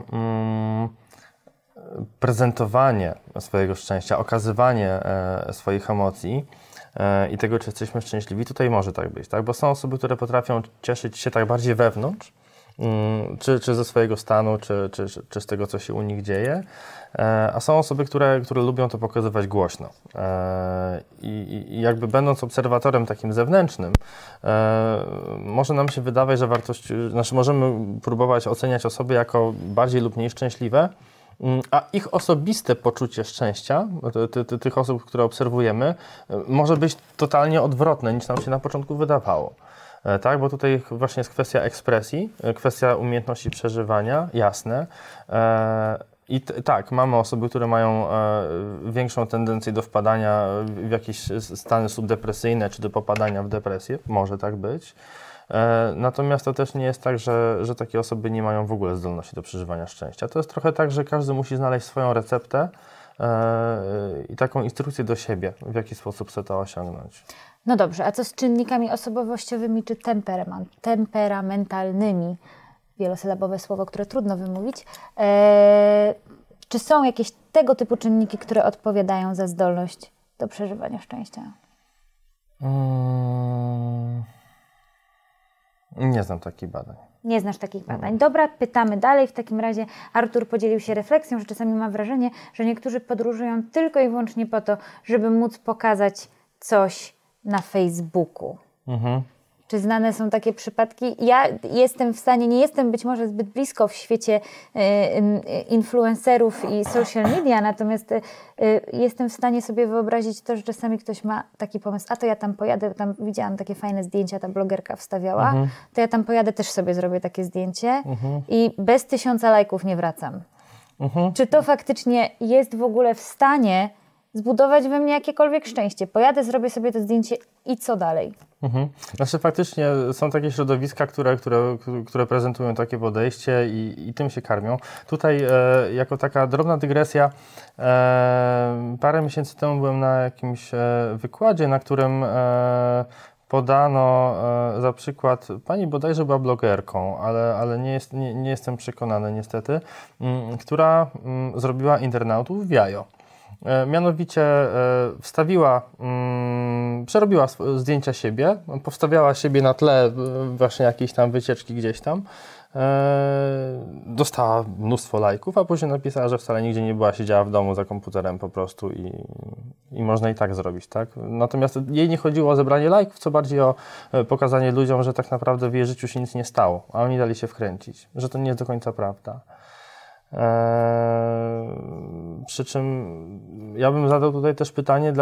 prezentowanie swojego szczęścia, okazywanie swoich emocji i tego, czy jesteśmy szczęśliwi, tutaj może tak być, tak? Bo są osoby, które potrafią cieszyć się tak bardziej wewnątrz, czy ze swojego stanu, czy z tego, co się u nich dzieje, a są osoby, które lubią to pokazywać głośno. I jakby będąc obserwatorem takim zewnętrznym, może nam się wydawać, że możemy próbować oceniać osoby jako bardziej lub mniej szczęśliwe, a ich osobiste poczucie szczęścia, tych osób, które obserwujemy, może być totalnie odwrotne, niż nam się na początku wydawało. Tak, bo tutaj właśnie jest kwestia ekspresji, kwestia umiejętności przeżywania, jasne. I tak, mamy osoby, które mają większą tendencję do wpadania w jakieś stany subdepresyjne, czy do popadania w depresję, może tak być. Natomiast to też nie jest tak, że takie osoby nie mają w ogóle zdolności do przeżywania szczęścia. To jest trochę tak, że każdy musi znaleźć swoją receptę i taką instrukcję do siebie, w jaki sposób chce to osiągnąć. No dobrze, a co z czynnikami osobowościowymi czy temperamentalnymi? Wielosylabowe słowo, które trudno wymówić. Czy są jakieś tego typu czynniki, które odpowiadają za zdolność do przeżywania szczęścia? Nie znam takich badań. Nie znasz takich badań. Dobra, pytamy dalej. W takim razie Artur podzielił się refleksją, że czasami ma wrażenie, że niektórzy podróżują tylko i wyłącznie po to, żeby móc pokazać coś na Facebooku. Czy znane są takie przypadki? Ja jestem w stanie, nie jestem być może zbyt blisko w świecie influencerów i social media, natomiast jestem w stanie sobie wyobrazić to, że czasami ktoś ma taki pomysł, a to ja tam pojadę, tam widziałam takie fajne zdjęcia, ta blogerka wstawiała, to ja tam pojadę, też sobie zrobię takie zdjęcie i bez 1000 lajków nie wracam. Czy to faktycznie jest w ogóle w stanie zbudować we mnie jakiekolwiek szczęście? Pojadę, zrobię sobie to zdjęcie i co dalej? Znaczy faktycznie są takie środowiska, które prezentują takie podejście i tym się karmią. Tutaj jako taka drobna dygresja, parę miesięcy temu byłem na jakimś wykładzie, na którym podano za przykład, pani bodajże była blogerką, ale nie jestem przekonany niestety, która zrobiła internautów w jajo. Mianowicie przerobiła zdjęcia siebie, powstawiała siebie na tle właśnie jakiejś tam wycieczki gdzieś tam, dostała mnóstwo lajków, a później napisała, że wcale nigdzie nie była, siedziała w domu za komputerem po prostu i można i tak zrobić, tak? Natomiast jej nie chodziło o zebranie lajków, co bardziej o pokazanie ludziom, że tak naprawdę w jej życiu się nic nie stało, a oni dali się wkręcić, że to nie jest do końca prawda. Przy czym ja bym zadał tutaj też pytanie,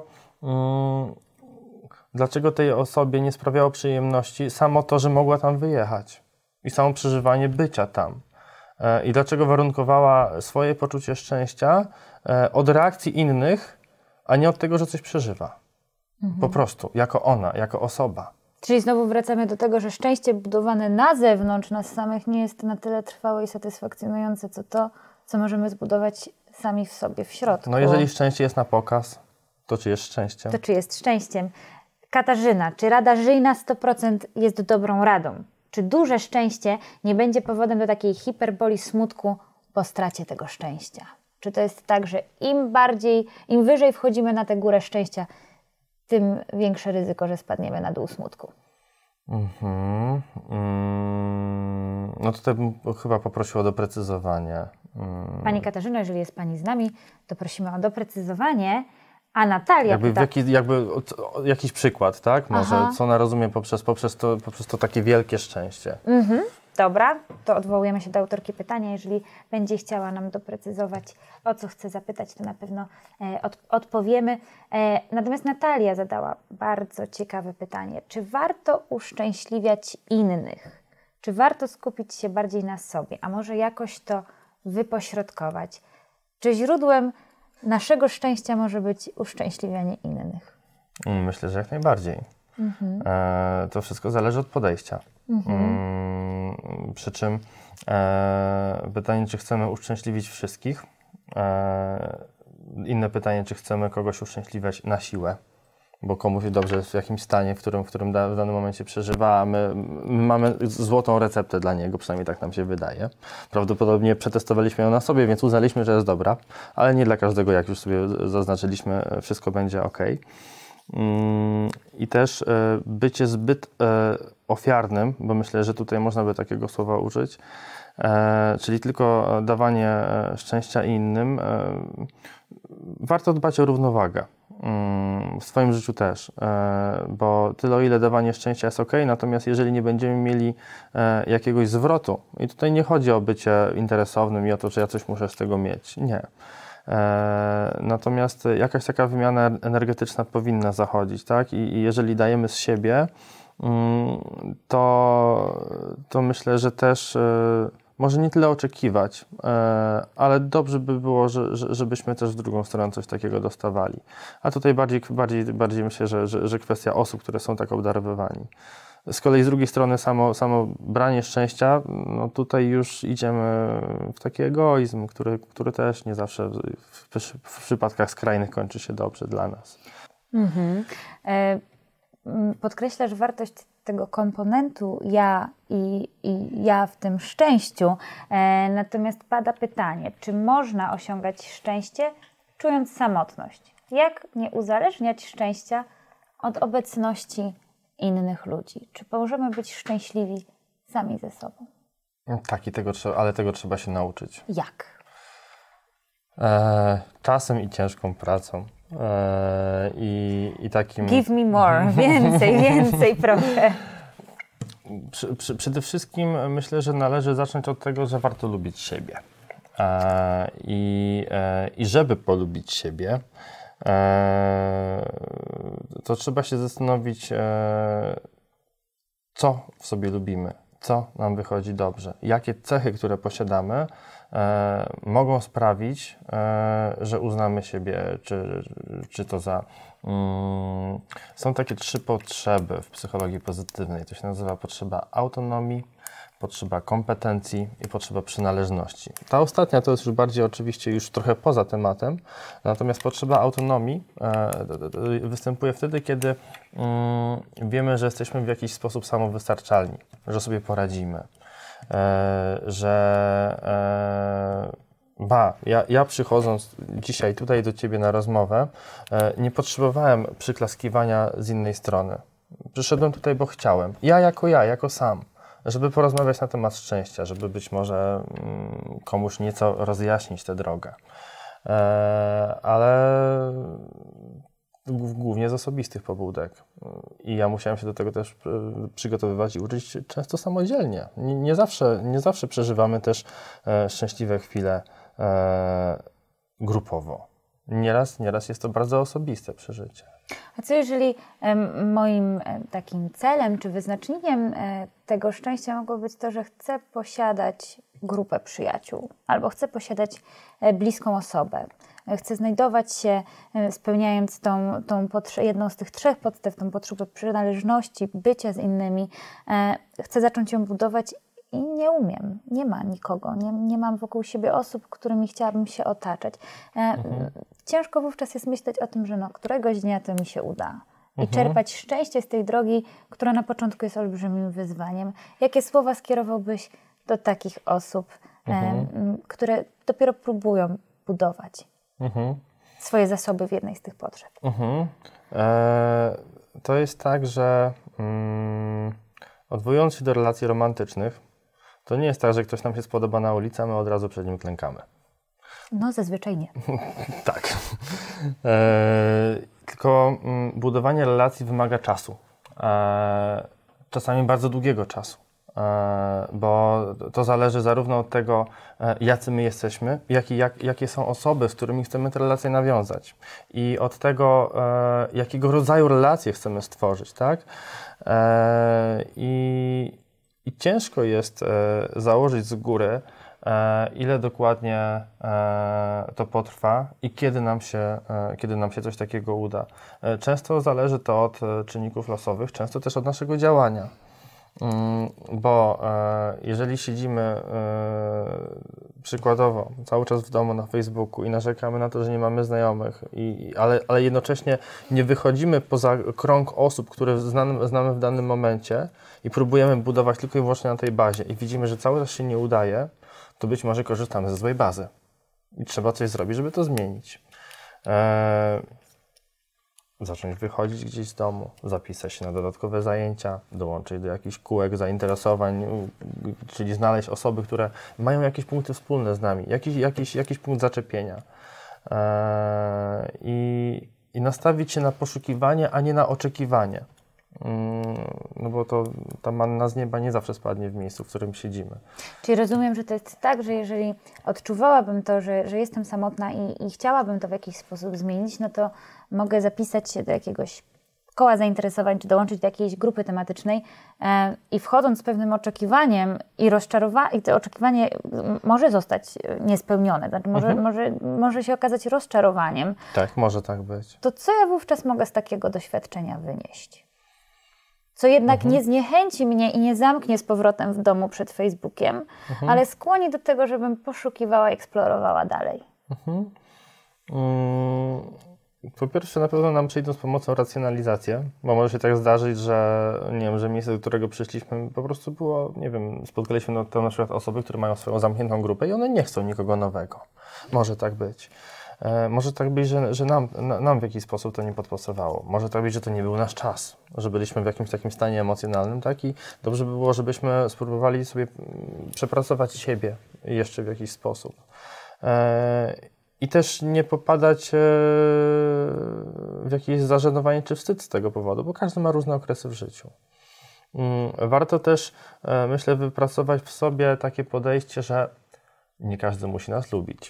dlaczego tej osobie nie sprawiało przyjemności samo to, że mogła tam wyjechać i samo przeżywanie bycia tam. I dlaczego warunkowała swoje poczucie szczęścia od reakcji innych, a nie od tego, że coś przeżywa. Po prostu, jako ona, jako osoba. Czyli znowu wracamy do tego, że szczęście budowane na zewnątrz nas samych nie jest na tyle trwałe i satysfakcjonujące, co to, co możemy zbudować sami w sobie, w środku. No jeżeli szczęście jest na pokaz, to czy jest szczęściem? To czy jest szczęściem? Katarzyna, czy rada żyj na 100% jest dobrą radą? Czy duże szczęście nie będzie powodem do takiej hiperboli smutku po stracie tego szczęścia? Czy to jest tak, że im wyżej wchodzimy na tę górę szczęścia, tym większe ryzyko, że spadniemy na dół smutku? No tutaj bym chyba poprosił o doprecyzowanie. Pani Katarzyno, jeżeli jest Pani z nami, to prosimy o doprecyzowanie, a Natalia jakiś przykład, tak? Może co ona rozumie poprzez to takie wielkie szczęście. Dobra, to odwołujemy się do autorki pytania. Jeżeli będzie chciała nam doprecyzować, o co chce zapytać, to na pewno odpowiemy. Natomiast Natalia zadała bardzo ciekawe pytanie. Czy warto uszczęśliwiać innych? Czy warto skupić się bardziej na sobie? A może jakoś to wypośrodkować? Czy źródłem naszego szczęścia może być uszczęśliwianie innych? Myślę, że jak najbardziej. To wszystko zależy od podejścia. Przy czym pytanie, czy chcemy uszczęśliwić wszystkich. Inne pytanie, czy chcemy kogoś uszczęśliwiać na siłę, bo komuś dobrze jest w jakimś stanie, w którym w danym momencie przeżywa, a my mamy złotą receptę dla niego, przynajmniej tak nam się wydaje. Prawdopodobnie przetestowaliśmy ją na sobie, więc uznaliśmy, że jest dobra, ale nie dla każdego, jak już sobie zaznaczyliśmy, wszystko będzie ok. I też bycie zbyt ofiarnym, bo myślę, że tutaj można by takiego słowa użyć, czyli tylko dawanie szczęścia innym. Warto dbać o równowagę w swoim życiu też, bo tyle o ile dawanie szczęścia jest ok, natomiast jeżeli nie będziemy mieli jakiegoś zwrotu, i tutaj nie chodzi o bycie interesownym i o to, że ja coś muszę z tego mieć, nie. Natomiast jakaś taka wymiana energetyczna powinna zachodzić, tak? I jeżeli dajemy z siebie, to myślę, że też może nie tyle oczekiwać, ale dobrze by było, żebyśmy też w drugą stronę coś takiego dostawali. A tutaj bardziej myślę, że kwestia osób, które są tak obdarowywani. Z kolei z drugiej strony samo branie szczęścia, no tutaj już idziemy w taki egoizm, który też nie zawsze w przypadkach skrajnych kończy się dobrze dla nas. podkreślasz wartość tego komponentu ja i ja w tym szczęściu. Natomiast pada pytanie, czy można osiągać szczęście, czując samotność? Jak nie uzależniać szczęścia od obecności innych ludzi? Czy możemy być szczęśliwi sami ze sobą? Tak, ale tego trzeba się nauczyć. Jak? Czasem i ciężką pracą. I takim... Give me more. Więcej proszę. Przede wszystkim myślę, że należy zacząć od tego, że warto lubić siebie. I żeby polubić siebie, to trzeba się zastanowić, co w sobie lubimy, co nam wychodzi dobrze, jakie cechy, które posiadamy, mogą sprawić, że uznamy siebie, czy to za... Są takie 3 potrzeby w psychologii pozytywnej. To się nazywa potrzeba autonomii, potrzeba kompetencji i potrzeba przynależności. Ta ostatnia to jest już bardziej oczywiście już trochę poza tematem, natomiast potrzeba autonomii występuje wtedy, kiedy wiemy, że jesteśmy w jakiś sposób samowystarczalni, że sobie poradzimy, ja przychodząc dzisiaj tutaj do Ciebie na rozmowę, nie potrzebowałem przyklaskiwania z innej strony. Przyszedłem tutaj, bo chciałem. Ja, jako sam. Żeby porozmawiać na temat szczęścia, żeby być może komuś nieco rozjaśnić tę drogę. Ale głównie z osobistych pobudek. I ja musiałem się do tego też przygotowywać i uczyć często samodzielnie. Nie zawsze przeżywamy też szczęśliwe chwile grupowo. Nieraz jest to bardzo osobiste przeżycie. A co jeżeli moim takim celem czy wyznacznikiem tego szczęścia mogło być to, że chcę posiadać grupę przyjaciół albo chcę posiadać bliską osobę. Chcę znajdować się, spełniając jedną z tych 3 podstaw, tą potrzebę przynależności, bycia z innymi. Chcę zacząć ją budować i nie umiem. Nie ma nikogo. Nie mam wokół siebie osób, którymi chciałabym się otaczać. Ciężko wówczas jest myśleć o tym, że któregoś dnia to mi się uda. I czerpać szczęście z tej drogi, która na początku jest olbrzymim wyzwaniem. Jakie słowa skierowałbyś do takich osób, które dopiero próbują budować swoje zasoby w jednej z tych potrzeb? To jest tak, że odwołując się do relacji romantycznych, to nie jest tak, że ktoś nam się spodoba na ulicy, a my od razu przed nim klękamy. No, zazwyczaj nie. Tak. Tylko budowanie relacji wymaga czasu. Czasami bardzo długiego czasu. Bo to zależy zarówno od tego, jacy my jesteśmy, jakie są osoby, z którymi chcemy te relacje nawiązać. I od tego, jakiego rodzaju relacje chcemy stworzyć, tak? I ciężko jest założyć z góry, ile dokładnie to potrwa i kiedy nam się coś takiego uda. Często zależy to od czynników losowych, często też od naszego działania. Bo jeżeli siedzimy przykładowo cały czas w domu na Facebooku i narzekamy na to, że nie mamy znajomych, ale jednocześnie nie wychodzimy poza krąg osób, które znamy w danym momencie i próbujemy budować tylko i wyłącznie na tej bazie i widzimy, że cały czas się nie udaje, to być może korzystamy ze złej bazy i trzeba coś zrobić, żeby to zmienić. Zacząć wychodzić gdzieś z domu, zapisać się na dodatkowe zajęcia, dołączyć do jakichś kółek zainteresowań, czyli znaleźć osoby, które mają jakieś punkty wspólne z nami, jakiś punkt zaczepienia i nastawić się na poszukiwanie, a nie na oczekiwanie. No bo ta manna z nieba nie zawsze spadnie w miejscu, w którym siedzimy. Czyli rozumiem, że to jest tak, że jeżeli odczuwałabym to, że jestem samotna i chciałabym to w jakiś sposób zmienić, no to mogę zapisać się do jakiegoś koła zainteresowań, czy dołączyć do jakiejś grupy tematycznej i wchodząc z pewnym oczekiwaniem i to oczekiwanie może zostać niespełnione, znaczy może się okazać rozczarowaniem. Tak, może tak być. To co ja wówczas mogę z takiego doświadczenia wynieść? Co jednak nie zniechęci mnie i nie zamknie z powrotem w domu przed Facebookiem, ale skłoni do tego, żebym poszukiwała, eksplorowała dalej. Po pierwsze, na pewno nam przyjdą z pomocą racjonalizacje, bo może się tak zdarzyć, że nie wiem, że miejsce, do którego przyszliśmy, po prostu było, nie wiem, spotkaliśmy na przykład osoby, które mają swoją zamkniętą grupę i one nie chcą nikogo nowego. Może tak być. Może tak być, że nam w jakiś sposób to nie podpasowało. Może tak być, że to nie był nasz czas, że byliśmy w jakimś takim stanie emocjonalnym, tak? I dobrze by było, żebyśmy spróbowali sobie przepracować siebie jeszcze w jakiś sposób. I też nie popadać w jakieś zażenowanie czy wstyd z tego powodu, bo każdy ma różne okresy w życiu. Warto też, myślę, wypracować w sobie takie podejście, że nie każdy musi nas lubić.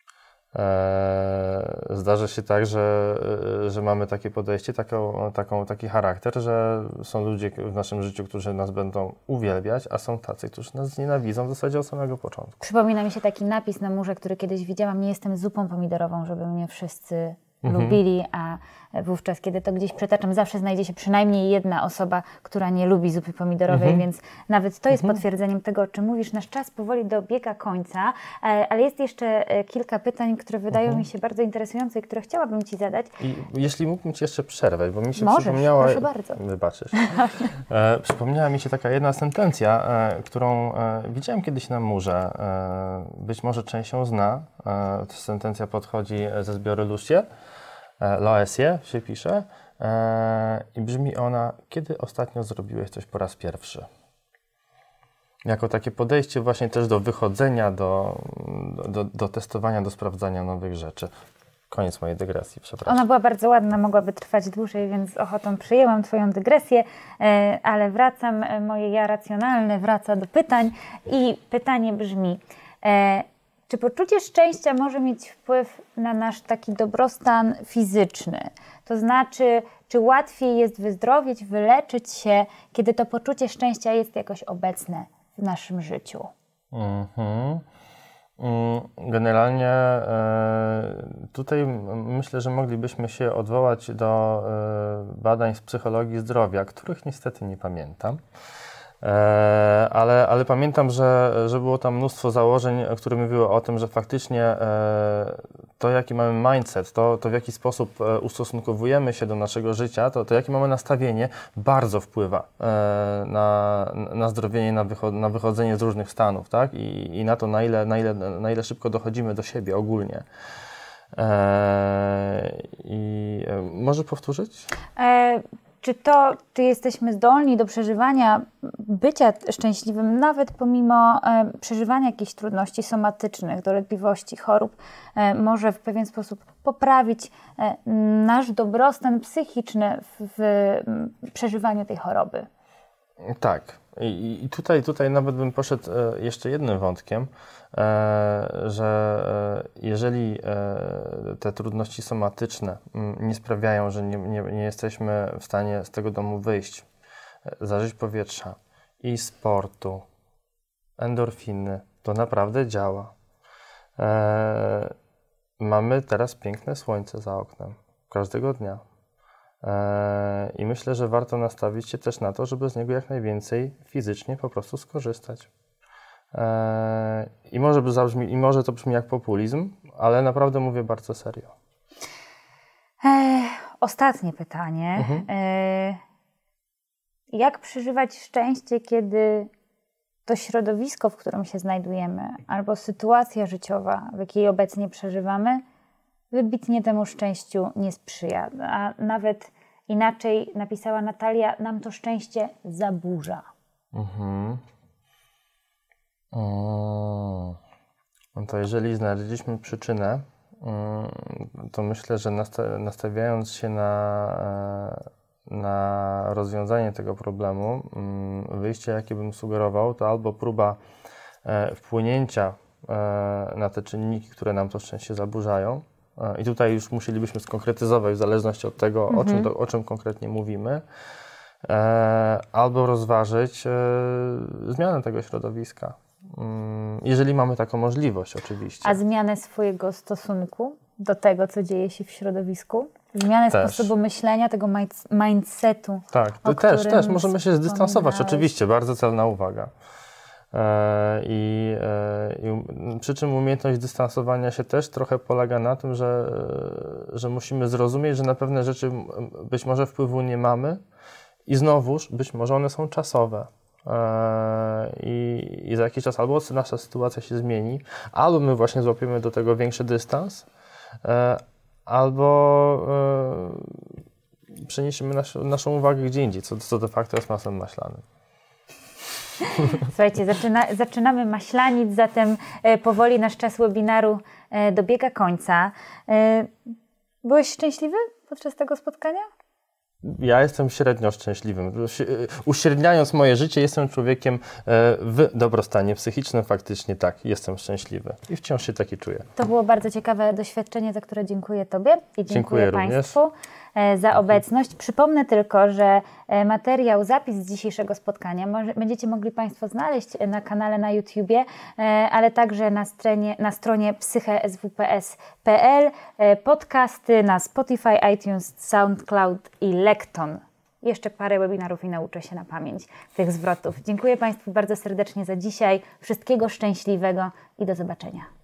Zdarza się tak, że mamy takie podejście, taki charakter, że są ludzie w naszym życiu, którzy nas będą uwielbiać, a są tacy, którzy nas nienawidzą w zasadzie od samego początku. Przypomina mi się taki napis na murze, który kiedyś widziałam: nie jestem zupą pomidorową, żeby mnie wszyscy lubili, a wówczas, kiedy to gdzieś przetaczam, zawsze znajdzie się przynajmniej jedna osoba, która nie lubi zupy pomidorowej, więc nawet to jest potwierdzeniem tego, o czym mówisz. Nasz czas powoli dobiega końca, ale jest jeszcze kilka pytań, które wydają mi się bardzo interesujące i które chciałabym Ci zadać. I jeśli mógłbym Ci jeszcze przerwać, bo mi się Możesz, przypomniała... proszę bardzo. Wybaczysz. Przypomniała mi się taka jedna sentencja, którą widziałem kiedyś na murze. Być może część ją zna. Ta sentencja podchodzi ze zbioru Lucie. Loesie się pisze i brzmi ona: kiedy ostatnio zrobiłeś coś po raz pierwszy? Jako takie podejście właśnie też do wychodzenia, do testowania, do sprawdzania nowych rzeczy. Koniec mojej dygresji, przepraszam. Ona była bardzo ładna, mogłaby trwać dłużej, więc z ochotą przyjęłam Twoją dygresję, ale wracam, moje ja racjonalne wraca do pytań i pytanie brzmi: czy poczucie szczęścia może mieć wpływ na nasz taki dobrostan fizyczny? To znaczy, czy łatwiej jest wyzdrowieć, wyleczyć się, kiedy to poczucie szczęścia jest jakoś obecne w naszym życiu? Generalnie tutaj myślę, że moglibyśmy się odwołać do badań z psychologii zdrowia, których niestety nie pamiętam. Ale pamiętam, że było tam mnóstwo założeń, które mówiły o tym, że faktycznie to, jaki mamy mindset, to w jaki sposób ustosunkowujemy się do naszego życia, to jakie mamy nastawienie, bardzo wpływa na zdrowienie, na wychodzenie z różnych stanów, tak? I na to, na ile szybko dochodzimy do siebie ogólnie. Może powtórzyć? Czy jesteśmy zdolni do przeżywania, bycia szczęśliwym, nawet pomimo przeżywania jakichś trudności somatycznych, dolegliwości, chorób, może w pewien sposób poprawić nasz dobrostan psychiczny w przeżywaniu tej choroby? Tak. I tutaj nawet bym poszedł jeszcze jednym wątkiem, że jeżeli te trudności somatyczne nie sprawiają, że nie jesteśmy w stanie z tego domu wyjść, zażyć powietrza i sportu, endorfiny, to naprawdę działa. Mamy teraz piękne słońce za oknem, każdego dnia. I myślę, że warto nastawić się też na to, żeby z niego jak najwięcej fizycznie po prostu skorzystać. I może to brzmi jak populizm, ale naprawdę mówię bardzo serio. Ostatnie pytanie. Jak przeżywać szczęście, kiedy to środowisko, w którym się znajdujemy, albo sytuacja życiowa, w jakiej obecnie przeżywamy, wybitnie temu szczęściu nie sprzyja, a nawet inaczej napisała Natalia, nam to szczęście zaburza. No to jeżeli znaleźliśmy przyczynę, to myślę, że nastawiając się na rozwiązanie tego problemu, wyjście, jakie bym sugerował, to albo próba wpłynięcia na te czynniki, które nam to szczęście zaburzają. I tutaj już musielibyśmy skonkretyzować w zależności od tego, o czym konkretnie mówimy, albo rozważyć zmianę tego środowiska. Jeżeli mamy taką możliwość, oczywiście. A zmianę swojego stosunku do tego, co dzieje się w środowisku? Zmianę sposobu myślenia, tego mindsetu. Tak, też możemy się zdystansować, oczywiście, bardzo celna uwaga. Przy czym umiejętność dystansowania się też trochę polega na tym, że musimy zrozumieć, że na pewne rzeczy być może wpływu nie mamy i znowuż być może one są czasowe. I za jakiś czas albo nasza sytuacja się zmieni, albo my właśnie złapiemy do tego większy dystans, albo przeniesiemy naszą uwagę gdzie indziej, co de facto jest masłem maślanym. Słuchajcie, zaczynamy maślanić, zatem powoli nasz czas webinaru dobiega końca. Byłeś szczęśliwy podczas tego spotkania? Ja jestem średnio szczęśliwym. Uśredniając moje życie, jestem człowiekiem w dobrostanie psychicznym. Faktycznie tak, jestem szczęśliwy i wciąż się taki czuję. To było bardzo ciekawe doświadczenie, za które dziękuję Tobie i dziękuję Państwu za obecność. Przypomnę tylko, że materiał, zapis z dzisiejszego spotkania będziecie mogli Państwo znaleźć na kanale na YouTubie, ale także na stronie psycheswps.pl, podcasty na Spotify, iTunes, SoundCloud i Lekton. Jeszcze parę webinarów i nauczę się na pamięć tych zwrotów. Dziękuję Państwu bardzo serdecznie za dzisiaj. Wszystkiego szczęśliwego i do zobaczenia.